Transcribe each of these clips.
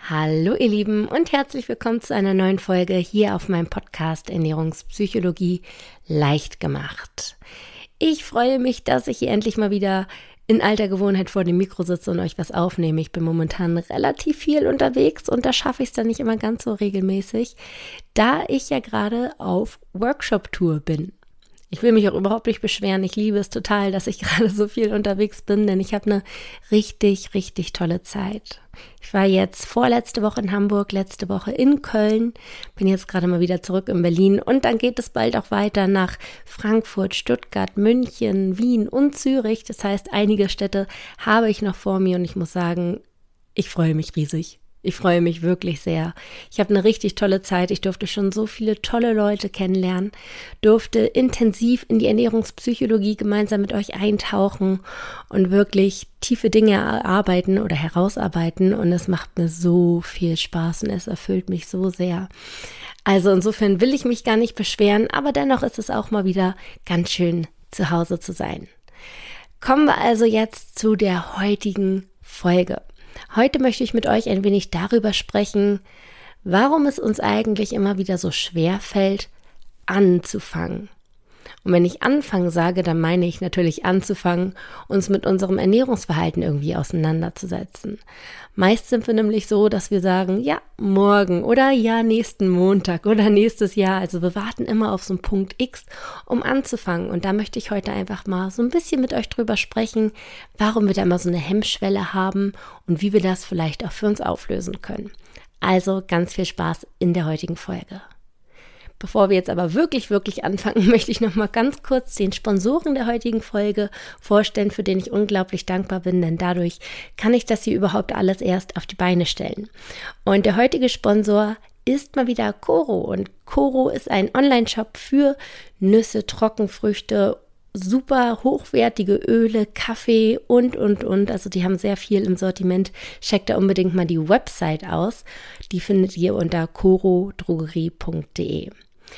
Hallo ihr Lieben und herzlich willkommen zu einer neuen Folge hier auf meinem Podcast Ernährungspsychologie leicht gemacht. Ich freue mich, dass ich hier endlich mal wieder in alter Gewohnheit vor dem Mikro sitze und euch was aufnehme. Ich bin momentan relativ viel unterwegs und da schaffe ich es dann nicht immer ganz so regelmäßig, da ich ja gerade auf Workshop-Tour bin. Ich will mich auch überhaupt nicht beschweren. Ich liebe es total, dass ich gerade so viel unterwegs bin, denn ich habe eine richtig, richtig tolle Zeit. Ich war jetzt vorletzte Woche in Hamburg, letzte Woche in Köln, bin jetzt gerade mal wieder zurück in Berlin und dann geht es bald auch weiter nach Frankfurt, Stuttgart, München, Wien und Zürich. Das heißt, einige Städte habe ich noch vor mir und ich muss sagen, ich freue mich riesig. Ich freue mich wirklich sehr. Ich habe eine richtig tolle Zeit. Ich durfte schon so viele tolle Leute kennenlernen, durfte intensiv in die Ernährungspsychologie gemeinsam mit euch eintauchen und wirklich tiefe Dinge erarbeiten oder herausarbeiten. Und es macht mir so viel Spaß und es erfüllt mich so sehr. Also insofern will ich mich gar nicht beschweren, aber dennoch ist es auch mal wieder ganz schön, zu Hause zu sein. Kommen wir also jetzt zu der heutigen Folge. Heute möchte ich mit euch ein wenig darüber sprechen, warum es uns eigentlich immer wieder so schwer fällt, anzufangen. Und wenn ich anfangen sage, dann meine ich natürlich anzufangen, uns mit unserem Ernährungsverhalten irgendwie auseinanderzusetzen. Meist sind wir nämlich so, dass wir sagen, ja, morgen oder ja, nächsten Montag oder nächstes Jahr. Also wir warten immer auf so einen Punkt X, um anzufangen. Und da möchte ich heute einfach mal so ein bisschen mit euch drüber sprechen, warum wir da immer so eine Hemmschwelle haben und wie wir das vielleicht auch für uns auflösen können. Also ganz viel Spaß in der heutigen Folge. Bevor wir jetzt aber wirklich anfangen, möchte ich noch mal ganz kurz den Sponsoren der heutigen Folge vorstellen, für den ich unglaublich dankbar bin, denn dadurch kann ich das hier überhaupt alles erst auf die Beine stellen. Und der heutige Sponsor ist mal wieder Coro und Coro ist ein Online-Shop für Nüsse, Trockenfrüchte, super hochwertige Öle, Kaffee und. Also die haben sehr viel im Sortiment. Checkt da unbedingt mal die Website aus. Die findet ihr unter corodrogerie.de.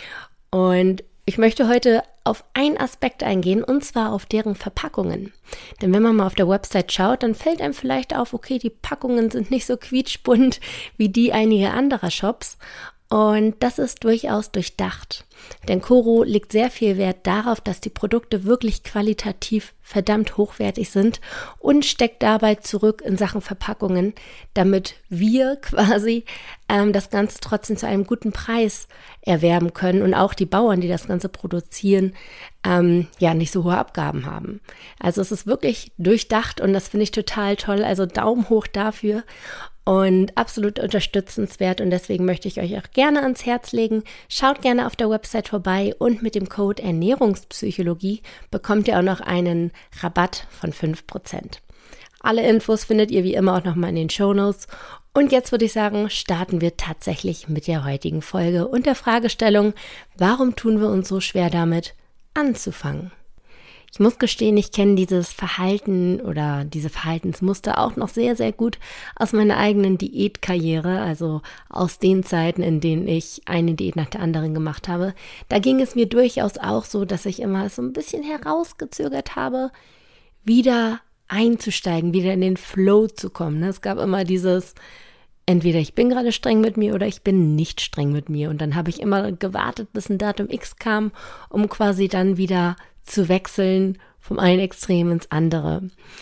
Und ich möchte heute auf einen Aspekt eingehen, und zwar auf deren Verpackungen. Denn wenn man mal auf der Website schaut, dann fällt einem vielleicht auf, okay, die Packungen sind nicht so quietschbunt wie die einiger anderer Shops. Und das ist durchaus durchdacht. Denn Coro legt sehr viel Wert darauf, dass die Produkte wirklich qualitativ verdammt hochwertig sind und steckt dabei zurück in Sachen Verpackungen, damit wir quasi das Ganze trotzdem zu einem guten Preis erwerben können und auch die Bauern, die das Ganze produzieren, nicht so hohe Abgaben haben. Also es ist wirklich durchdacht und das finde ich total toll. Also Daumen hoch dafür. Und absolut unterstützenswert und deswegen möchte ich euch auch gerne ans Herz legen. Schaut gerne auf der Website vorbei und mit dem Code Ernährungspsychologie bekommt ihr auch noch einen Rabatt von 5%. Alle Infos findet ihr wie immer auch nochmal in den Shownotes. Und jetzt würde ich sagen, starten wir tatsächlich mit der heutigen Folge und der Fragestellung, warum tun wir uns so schwer damit, anzufangen? Ich muss gestehen, ich kenne dieses Verhalten oder diese Verhaltensmuster auch noch sehr, sehr gut aus meiner eigenen Diätkarriere, also aus den Zeiten, in denen ich eine Diät nach der anderen gemacht habe. Da ging es mir durchaus auch so, dass ich immer so ein bisschen herausgezögert habe, wieder einzusteigen, wieder in den Flow zu kommen. Es gab immer dieses, entweder ich bin gerade streng mit mir oder ich bin nicht streng mit mir. Und dann habe ich immer gewartet, bis ein Datum X kam, um quasi dann wieder zu wechseln vom einen Extrem ins andere.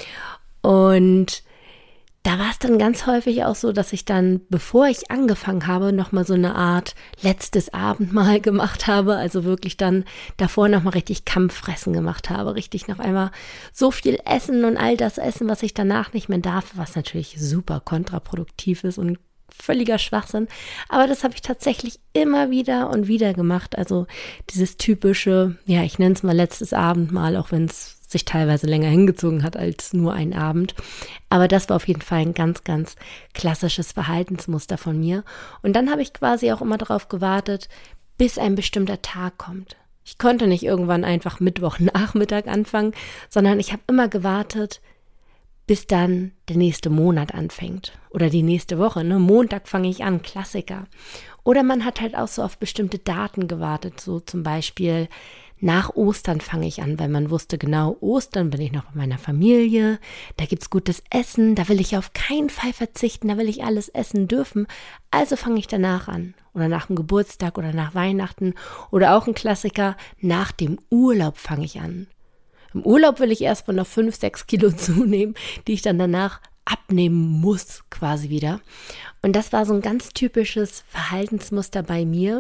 Und da war es dann ganz häufig auch so, dass ich dann, bevor ich angefangen habe, nochmal so eine Art letztes Abendmahl gemacht habe, also wirklich dann davor nochmal richtig Kampffressen gemacht habe, richtig noch einmal so viel essen und all das essen, was ich danach nicht mehr darf, was natürlich super kontraproduktiv ist und völliger Schwachsinn, aber das habe ich tatsächlich immer wieder und wieder gemacht, also dieses typische, ja, ich nenne es mal letztes Abendmahl, auch wenn es sich teilweise länger hingezogen hat als nur ein Abend, aber das war auf jeden Fall ein ganz, ganz klassisches Verhaltensmuster von mir und dann habe ich quasi auch immer darauf gewartet, bis ein bestimmter Tag kommt. Ich konnte nicht irgendwann einfach Mittwochnachmittag anfangen, sondern ich habe immer gewartet, bis dann der nächste Monat anfängt oder die nächste Woche. Montag fange ich an, Klassiker. Oder man hat halt auch so auf bestimmte Daten gewartet, so zum Beispiel nach Ostern fange ich an, weil man wusste genau, Ostern bin ich noch bei meiner Familie, da gibt's gutes Essen, da will ich auf keinen Fall verzichten, da will ich alles essen dürfen, also fange ich danach an. Oder nach dem Geburtstag oder nach Weihnachten oder auch ein Klassiker, nach dem Urlaub fange ich an. Im Urlaub will ich erstmal noch 5, 6 Kilo zunehmen, die ich dann danach abnehmen muss quasi wieder. Und das war so ein ganz typisches Verhaltensmuster bei mir.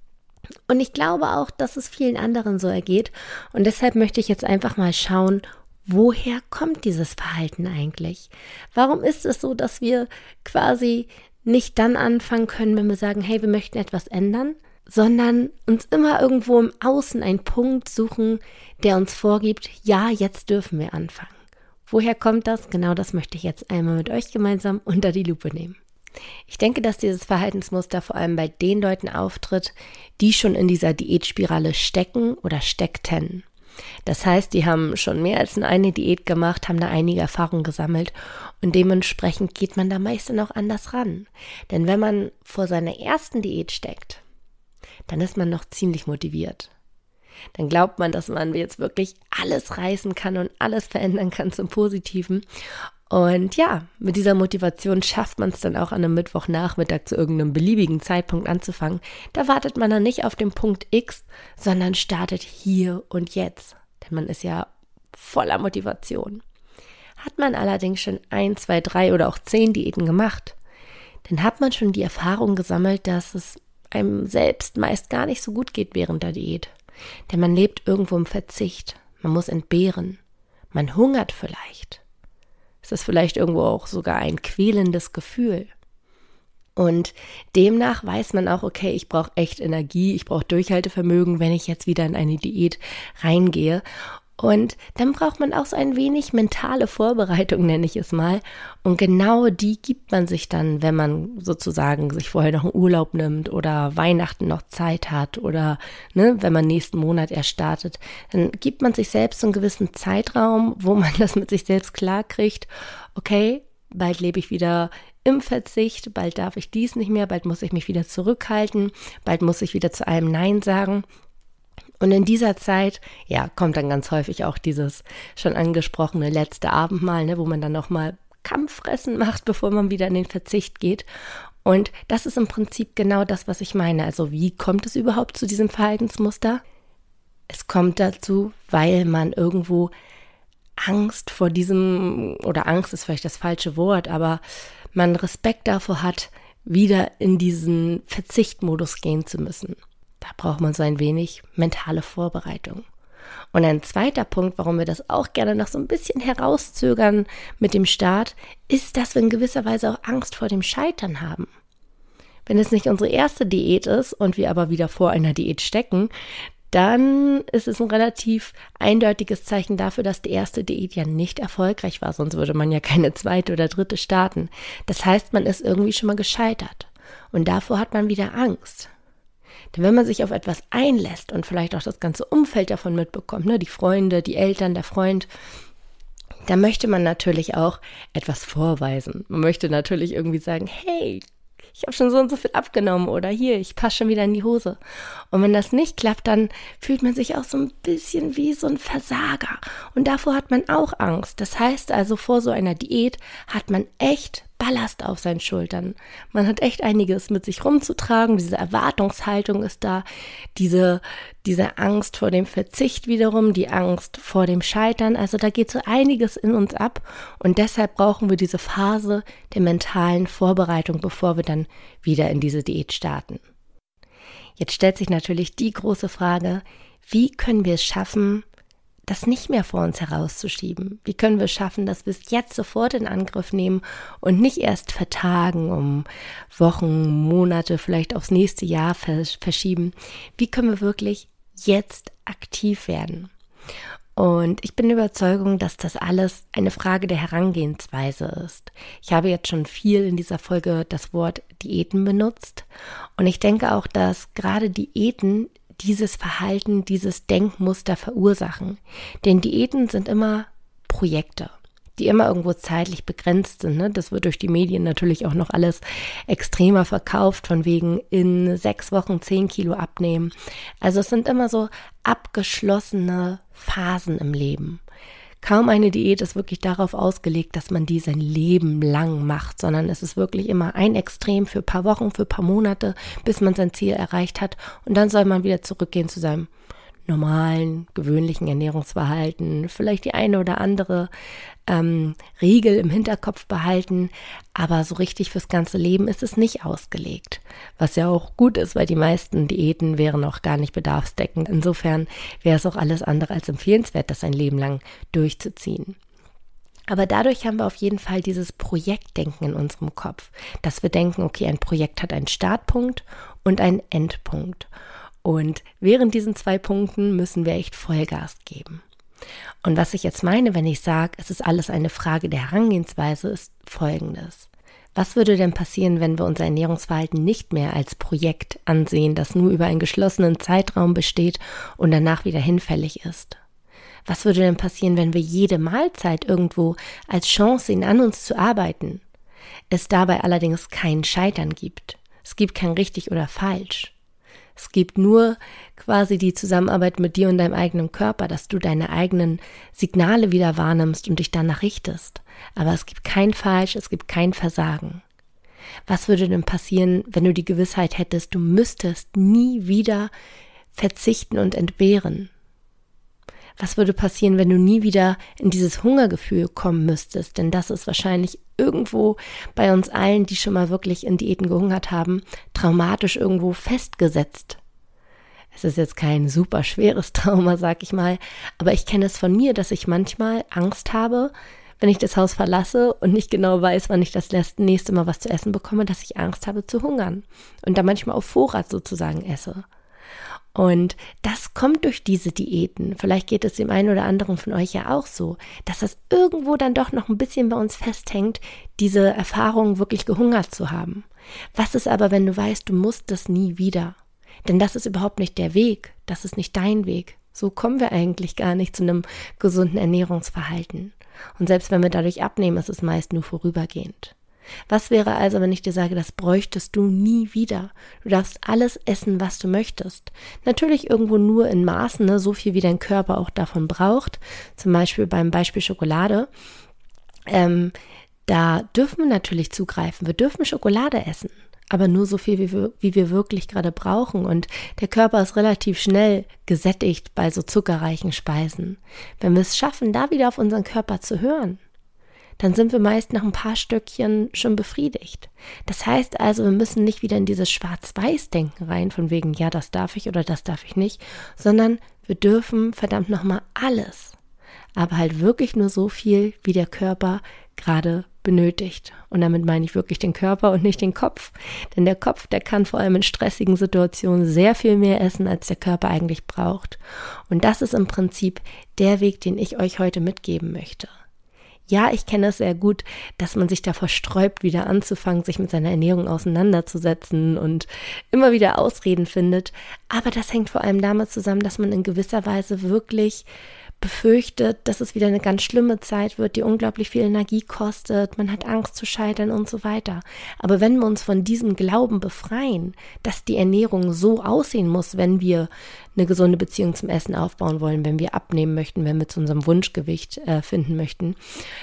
Und ich glaube auch, dass es vielen anderen so ergeht. Und deshalb möchte ich jetzt einfach mal schauen, woher kommt dieses Verhalten eigentlich? Warum ist es so, dass wir quasi nicht dann anfangen können, wenn wir sagen, hey, wir möchten etwas ändern, sondern uns immer irgendwo im Außen einen Punkt suchen, der uns vorgibt, ja, jetzt dürfen wir anfangen. Woher kommt das? Genau das möchte ich jetzt einmal mit euch gemeinsam unter die Lupe nehmen. Ich denke, dass dieses Verhaltensmuster vor allem bei den Leuten auftritt, die schon in dieser Diätspirale stecken oder steckten. Das heißt, die haben schon mehr als eine Diät gemacht, haben da einige Erfahrungen gesammelt und dementsprechend geht man da meist noch anders ran. Denn wenn man vor seiner ersten Diät steckt, dann ist man noch ziemlich motiviert. Dann glaubt man, dass man jetzt wirklich alles reißen kann und alles verändern kann zum Positiven. Und ja, mit dieser Motivation schafft man es dann auch an einem Mittwochnachmittag zu irgendeinem beliebigen Zeitpunkt anzufangen. Da wartet man dann nicht auf den Punkt X, sondern startet hier und jetzt. Denn man ist ja voller Motivation. Hat man allerdings schon 1, 2, 3 oder auch 10 Diäten gemacht, dann hat man schon die Erfahrung gesammelt, dass es einem selbst meist gar nicht so gut geht während der Diät. Denn man lebt irgendwo im Verzicht, man muss entbehren, man hungert vielleicht. Es ist vielleicht irgendwo auch sogar ein quälendes Gefühl. Und demnach weiß man auch, okay, ich brauche echt Energie, ich brauche Durchhaltevermögen, wenn ich jetzt wieder in eine Diät reingehe. Und dann braucht man auch so ein wenig mentale Vorbereitung, nenne ich es mal. Und genau die gibt man sich dann, wenn man sozusagen sich vorher noch einen Urlaub nimmt oder Weihnachten noch Zeit hat oder wenn man nächsten Monat erst startet. Dann gibt man sich selbst so einen gewissen Zeitraum, wo man das mit sich selbst klar kriegt. Okay, bald lebe ich wieder im Verzicht, bald darf ich dies nicht mehr, bald muss ich mich wieder zurückhalten, bald muss ich wieder zu allem Nein sagen. Und in dieser Zeit, ja, kommt dann ganz häufig auch dieses schon angesprochene letzte Abendmahl, wo man dann nochmal Kampffressen macht, bevor man wieder in den Verzicht geht. Und das ist im Prinzip genau das, was ich meine. Also wie kommt es überhaupt zu diesem Verhaltensmuster? Es kommt dazu, weil man irgendwo Angst vor diesem, oder Angst ist vielleicht das falsche Wort, aber man Respekt davor hat, wieder in diesen Verzichtmodus gehen zu müssen. Da braucht man so ein wenig mentale Vorbereitung. Und ein zweiter Punkt, warum wir das auch gerne noch so ein bisschen herauszögern mit dem Start, ist, dass wir in gewisser Weise auch Angst vor dem Scheitern haben. Wenn es nicht unsere erste Diät ist und wir aber wieder vor einer Diät stecken, dann ist es ein relativ eindeutiges Zeichen dafür, dass die erste Diät ja nicht erfolgreich war, sonst würde man ja keine zweite oder dritte starten. Das heißt, man ist irgendwie schon mal gescheitert und davor hat man wieder Angst. Denn wenn man sich auf etwas einlässt und vielleicht auch das ganze Umfeld davon mitbekommt, die Freunde, die Eltern, der Freund, dann möchte man natürlich auch etwas vorweisen. Man möchte natürlich irgendwie sagen, hey, ich habe schon so und so viel abgenommen oder hier, ich passe schon wieder in die Hose. Und wenn das nicht klappt, dann fühlt man sich auch so ein bisschen wie so ein Versager. Und davor hat man auch Angst. Das heißt also, vor so einer Diät hat man echt Ballast auf seinen Schultern. Man hat echt einiges mit sich rumzutragen. Diese Erwartungshaltung ist da, diese Angst vor dem Verzicht wiederum, die Angst vor dem Scheitern. Also da geht so einiges in uns ab und deshalb brauchen wir diese Phase der mentalen Vorbereitung, bevor wir dann wieder in diese Diät starten. Jetzt stellt sich natürlich die große Frage, wie können wir es schaffen, das nicht mehr vor uns herauszuschieben? Wie können wir es schaffen, dass wir es jetzt sofort in Angriff nehmen und nicht erst vertagen, um Wochen, Monate, vielleicht aufs nächste Jahr verschieben? Wie können wir wirklich jetzt aktiv werden? Und ich bin der Überzeugung, dass das alles eine Frage der Herangehensweise ist. Ich habe jetzt schon viel in dieser Folge das Wort Diäten benutzt und ich denke auch, dass gerade Diäten dieses Verhalten, dieses Denkmuster verursachen. Denn Diäten sind immer Projekte. die immer irgendwo zeitlich begrenzt sind. Ne? Das wird durch die Medien natürlich auch noch alles extremer verkauft, von wegen in 6 Wochen 10 Kilo abnehmen. Also es sind immer so abgeschlossene Phasen im Leben. Kaum eine Diät ist wirklich darauf ausgelegt, dass man die sein Leben lang macht, sondern es ist wirklich immer ein Extrem für ein paar Wochen, für ein paar Monate, bis man sein Ziel erreicht hat. Und dann soll man wieder zurückgehen zu seinem normalen, gewöhnlichen Ernährungsverhalten, vielleicht die eine oder andere Regel im Hinterkopf behalten, aber so richtig fürs ganze Leben ist es nicht ausgelegt, was ja auch gut ist, weil die meisten Diäten wären auch gar nicht bedarfsdeckend. Insofern wäre es auch alles andere als empfehlenswert, das ein Leben lang durchzuziehen. Aber dadurch haben wir auf jeden Fall dieses Projektdenken in unserem Kopf, dass wir denken, okay, ein Projekt hat einen Startpunkt und einen Endpunkt. Und während diesen 2 Punkten müssen wir echt Vollgas geben. Und was ich jetzt meine, wenn ich sage, es ist alles eine Frage der Herangehensweise, ist Folgendes. Was würde denn passieren, wenn wir unser Ernährungsverhalten nicht mehr als Projekt ansehen, das nur über einen geschlossenen Zeitraum besteht und danach wieder hinfällig ist? Was würde denn passieren, wenn wir jede Mahlzeit irgendwo als Chance sehen, an uns zu arbeiten? Es dabei allerdings kein Scheitern gibt. Es gibt kein richtig oder falsch. Es gibt nur quasi die Zusammenarbeit mit dir und deinem eigenen Körper, dass du deine eigenen Signale wieder wahrnimmst und dich danach richtest. Aber es gibt kein Falsch, es gibt kein Versagen. Was würde denn passieren, wenn du die Gewissheit hättest, du müsstest nie wieder verzichten und entbehren? Was würde passieren, wenn du nie wieder in dieses Hungergefühl kommen müsstest? Denn das ist wahrscheinlich irgendwo bei uns allen, die schon mal wirklich in Diäten gehungert haben, traumatisch irgendwo festgesetzt. Es ist jetzt kein super schweres Trauma, sag ich mal, aber ich kenne es von mir, dass ich manchmal Angst habe, wenn ich das Haus verlasse und nicht genau weiß, wann ich das nächste Mal was zu essen bekomme, dass ich Angst habe zu hungern und da manchmal auf Vorrat sozusagen esse. Und das kommt durch diese Diäten. Vielleicht geht es dem einen oder anderen von euch ja auch so, dass das irgendwo dann doch noch ein bisschen bei uns festhängt, diese Erfahrung wirklich gehungert zu haben. Was ist aber, wenn du weißt, du musst das nie wieder? Denn das ist überhaupt nicht der Weg, das ist nicht dein Weg. So kommen wir eigentlich gar nicht zu einem gesunden Ernährungsverhalten. Und selbst wenn wir dadurch abnehmen, ist es meist nur vorübergehend. Was wäre also, wenn ich dir sage, das bräuchtest du nie wieder? Du darfst alles essen, was du möchtest. Natürlich irgendwo nur in Maßen, ne? So viel wie dein Körper auch davon braucht. Zum Beispiel beim Beispiel Schokolade. Da dürfen wir natürlich zugreifen. Wir dürfen Schokolade essen, aber nur so viel, wie wir wirklich gerade brauchen. Und der Körper ist relativ schnell gesättigt bei so zuckerreichen Speisen. Wenn wir es schaffen, da wieder auf unseren Körper zu hören, dann sind wir meist nach ein paar Stückchen schon befriedigt. Das heißt also, wir müssen nicht wieder in dieses Schwarz-Weiß-Denken rein, von wegen, ja, das darf ich oder das darf ich nicht, sondern wir dürfen verdammt nochmal alles. Aber halt wirklich nur so viel, wie der Körper gerade benötigt. Und damit meine ich wirklich den Körper und nicht den Kopf. Denn der Kopf, der kann vor allem in stressigen Situationen sehr viel mehr essen, als der Körper eigentlich braucht. Und das ist im Prinzip der Weg, den ich euch heute mitgeben möchte. Ja, ich kenne es sehr gut, dass man sich davor sträubt, wieder anzufangen, sich mit seiner Ernährung auseinanderzusetzen und immer wieder Ausreden findet. Aber das hängt vor allem damit zusammen, dass man in gewisser Weise wirklich befürchtet, dass es wieder eine ganz schlimme Zeit wird, die unglaublich viel Energie kostet, man hat Angst zu scheitern und so weiter. Aber wenn wir uns von diesem Glauben befreien, dass die Ernährung so aussehen muss, wenn wir eine gesunde Beziehung zum Essen aufbauen wollen, wenn wir abnehmen möchten, wenn wir zu unserem Wunschgewicht finden möchten,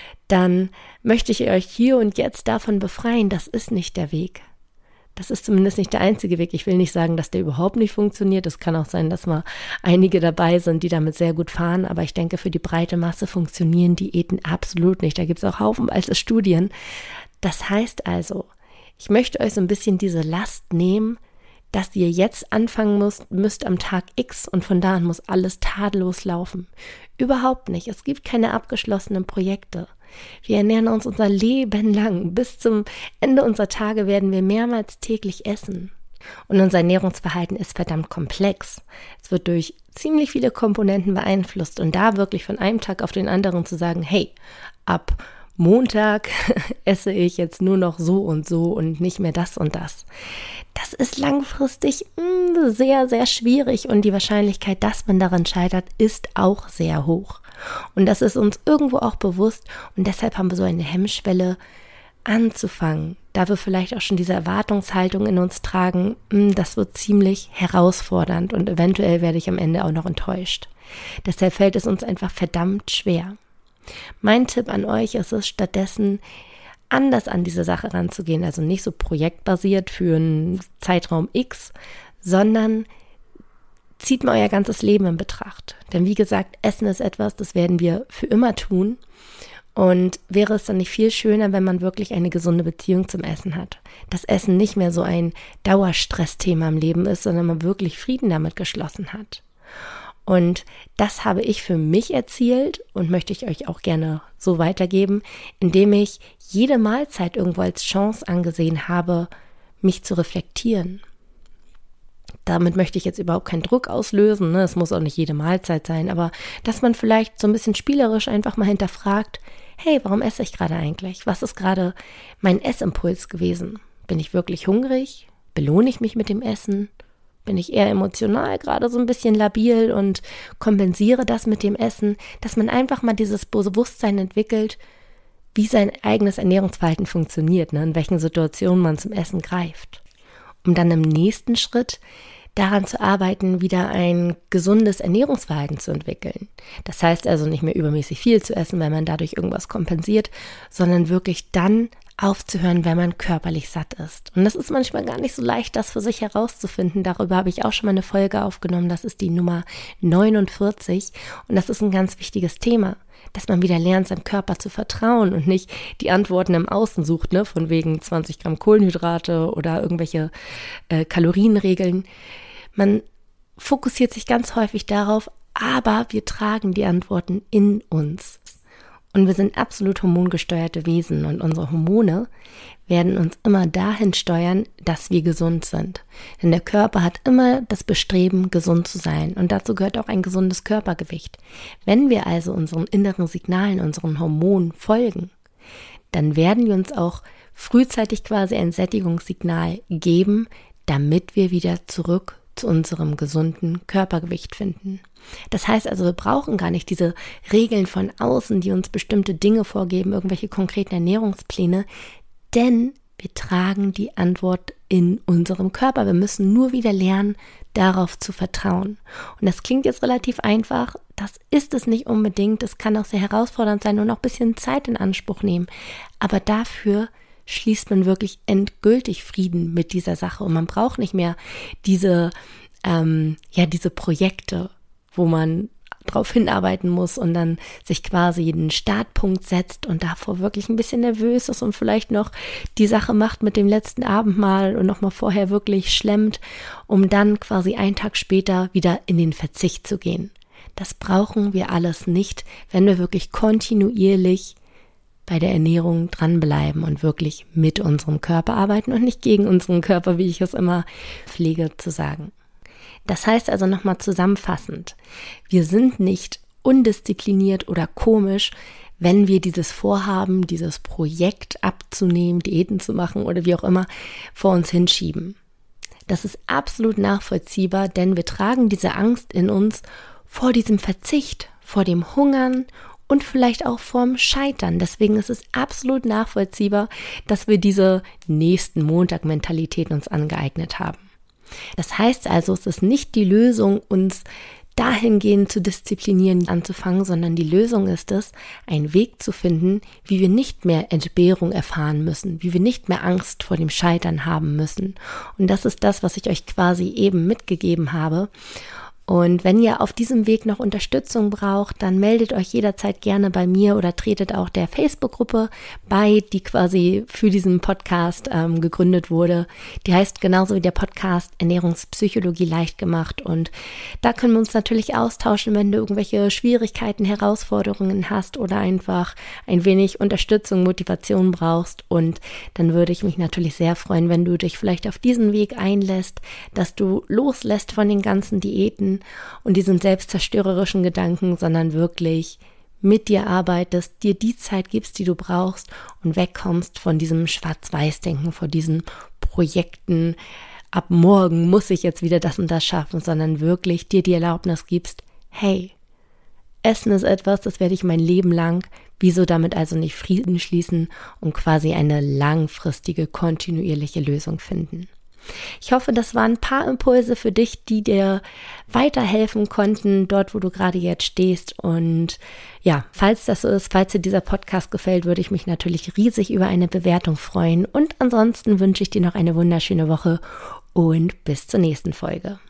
dann möchte ich euch hier und jetzt davon befreien, das ist nicht der Weg. Das ist zumindest nicht der einzige Weg. Ich will nicht sagen, dass der überhaupt nicht funktioniert. Es kann auch sein, dass mal einige dabei sind, die damit sehr gut fahren. Aber ich denke, für die breite Masse funktionieren Diäten absolut nicht. Da gibt es auch haufenweise Studien. Das heißt also, ich möchte euch so ein bisschen diese Last nehmen, dass ihr jetzt anfangen müsst am Tag X und von da an muss alles tadellos laufen. Überhaupt nicht. Es gibt keine abgeschlossenen Projekte. Wir ernähren uns unser Leben lang. Bis zum Ende unserer Tage werden wir mehrmals täglich essen. Und unser Ernährungsverhalten ist verdammt komplex. Es wird durch ziemlich viele Komponenten beeinflusst. Und da wirklich von einem Tag auf den anderen zu sagen, hey, ab Montag esse ich jetzt nur noch so und nicht mehr das und das. Das ist langfristig sehr, sehr schwierig und die Wahrscheinlichkeit, dass man daran scheitert, ist auch sehr hoch. Und das ist uns irgendwo auch bewusst und deshalb haben wir so eine Hemmschwelle anzufangen, da wir vielleicht auch schon diese Erwartungshaltung in uns tragen, das wird ziemlich herausfordernd und eventuell werde ich am Ende auch noch enttäuscht. Deshalb fällt es uns einfach verdammt schwer. Mein Tipp an euch ist es stattdessen, anders an diese Sache ranzugehen, also nicht so projektbasiert für einen Zeitraum X, sondern zieht mal euer ganzes Leben in Betracht. Denn wie gesagt, Essen ist etwas, das werden wir für immer tun. Und wäre es dann nicht viel schöner, wenn man wirklich eine gesunde Beziehung zum Essen hat? Dass Essen nicht mehr so ein Dauerstressthema im Leben ist, sondern man wirklich Frieden damit geschlossen hat. Und das habe ich für mich erzielt und möchte ich euch auch gerne so weitergeben, indem ich jede Mahlzeit irgendwo als Chance angesehen habe, mich zu reflektieren. Damit möchte ich jetzt überhaupt keinen Druck auslösen, ne? Es muss auch nicht jede Mahlzeit sein, aber dass man vielleicht so ein bisschen spielerisch einfach mal hinterfragt, hey, warum esse ich gerade eigentlich? Was ist gerade mein Essimpuls gewesen? Bin ich wirklich hungrig? Belohne ich mich mit dem Essen? Bin ich eher emotional, gerade so ein bisschen labil und kompensiere das mit dem Essen? Dass man einfach mal dieses Bewusstsein entwickelt, wie sein eigenes Ernährungsverhalten funktioniert, ne? In welchen Situationen man zum Essen greift. Um dann im nächsten Schritt daran zu arbeiten, wieder ein gesundes Ernährungsverhalten zu entwickeln. Das heißt also nicht mehr übermäßig viel zu essen, weil man dadurch irgendwas kompensiert, sondern wirklich dann aufzuhören, wenn man körperlich satt ist. Und das ist manchmal gar nicht so leicht, das für sich herauszufinden. Darüber habe ich auch schon mal eine Folge aufgenommen. Das ist die Nummer 49. Und das ist ein ganz wichtiges Thema, dass man wieder lernt, seinem Körper zu vertrauen und nicht die Antworten im Außen sucht, ne, von wegen 20 Gramm Kohlenhydrate oder irgendwelche Kalorienregeln. Man fokussiert sich ganz häufig darauf, aber wir tragen die Antworten in uns. Und wir sind absolut hormongesteuerte Wesen und unsere Hormone werden uns immer dahin steuern, dass wir gesund sind. Denn der Körper hat immer das Bestreben, gesund zu sein und dazu gehört auch ein gesundes Körpergewicht. Wenn wir also unseren inneren Signalen, unseren Hormonen folgen, dann werden wir uns auch frühzeitig quasi ein Sättigungssignal geben, damit wir wieder zurück zu unserem gesunden Körpergewicht finden. Das heißt also, wir brauchen gar nicht diese Regeln von außen, die uns bestimmte Dinge vorgeben, irgendwelche konkreten Ernährungspläne, denn wir tragen die Antwort in unserem Körper. Wir müssen nur wieder lernen, darauf zu vertrauen. Und das klingt jetzt relativ einfach, das ist es nicht unbedingt, es kann auch sehr herausfordernd sein und auch ein bisschen Zeit in Anspruch nehmen, aber dafür schließt man wirklich endgültig Frieden mit dieser Sache und man braucht nicht mehr diese Projekte, wo man drauf hinarbeiten muss und dann sich quasi einen Startpunkt setzt und davor wirklich ein bisschen nervös ist und vielleicht noch die Sache macht mit dem letzten Abendmahl und nochmal vorher wirklich schlemmt, um dann quasi einen Tag später wieder in den Verzicht zu gehen. Das brauchen wir alles nicht, wenn wir wirklich kontinuierlich bei der Ernährung dranbleiben und wirklich mit unserem Körper arbeiten und nicht gegen unseren Körper, wie ich es immer pflege zu sagen. Das heißt also nochmal zusammenfassend, wir sind nicht undiszipliniert oder komisch, wenn wir dieses Vorhaben, dieses Projekt abzunehmen, Diäten zu machen oder wie auch immer vor uns hinschieben. Das ist absolut nachvollziehbar, denn wir tragen diese Angst in uns vor diesem Verzicht, vor dem Hungern und vielleicht auch vorm Scheitern. Deswegen ist es absolut nachvollziehbar, dass wir diese nächsten Montag-Mentalität uns angeeignet haben. Das heißt also, es ist nicht die Lösung, uns dahingehend zu disziplinieren, anzufangen, sondern die Lösung ist es, einen Weg zu finden, wie wir nicht mehr Entbehrung erfahren müssen, wie wir nicht mehr Angst vor dem Scheitern haben müssen. Und das ist das, was ich euch quasi eben mitgegeben habe. Und wenn ihr auf diesem Weg noch Unterstützung braucht, dann meldet euch jederzeit gerne bei mir oder tretet auch der Facebook-Gruppe bei, die quasi für diesen Podcast gegründet wurde. Die heißt genauso wie der Podcast Ernährungspsychologie leicht gemacht. Und da können wir uns natürlich austauschen, wenn du irgendwelche Schwierigkeiten, Herausforderungen hast oder einfach ein wenig Unterstützung, Motivation brauchst. Und dann würde ich mich natürlich sehr freuen, wenn du dich vielleicht auf diesen Weg einlässt, dass du loslässt von den ganzen Diäten und diesen selbstzerstörerischen Gedanken, sondern wirklich mit dir arbeitest, dir die Zeit gibst, die du brauchst und wegkommst von diesem Schwarz-Weiß-Denken, von diesen Projekten, ab morgen muss ich jetzt wieder das und das schaffen, sondern wirklich dir die Erlaubnis gibst, hey, Essen ist etwas, das werde ich mein Leben lang. Wieso damit also nicht Frieden schließen und quasi eine langfristige, kontinuierliche Lösung finden? Ich hoffe, das waren ein paar Impulse für dich, die dir weiterhelfen konnten, dort, wo du gerade jetzt stehst. Und ja, falls das so ist, falls dir dieser Podcast gefällt, würde ich mich natürlich riesig über eine Bewertung freuen. Und ansonsten wünsche ich dir noch eine wunderschöne Woche und bis zur nächsten Folge.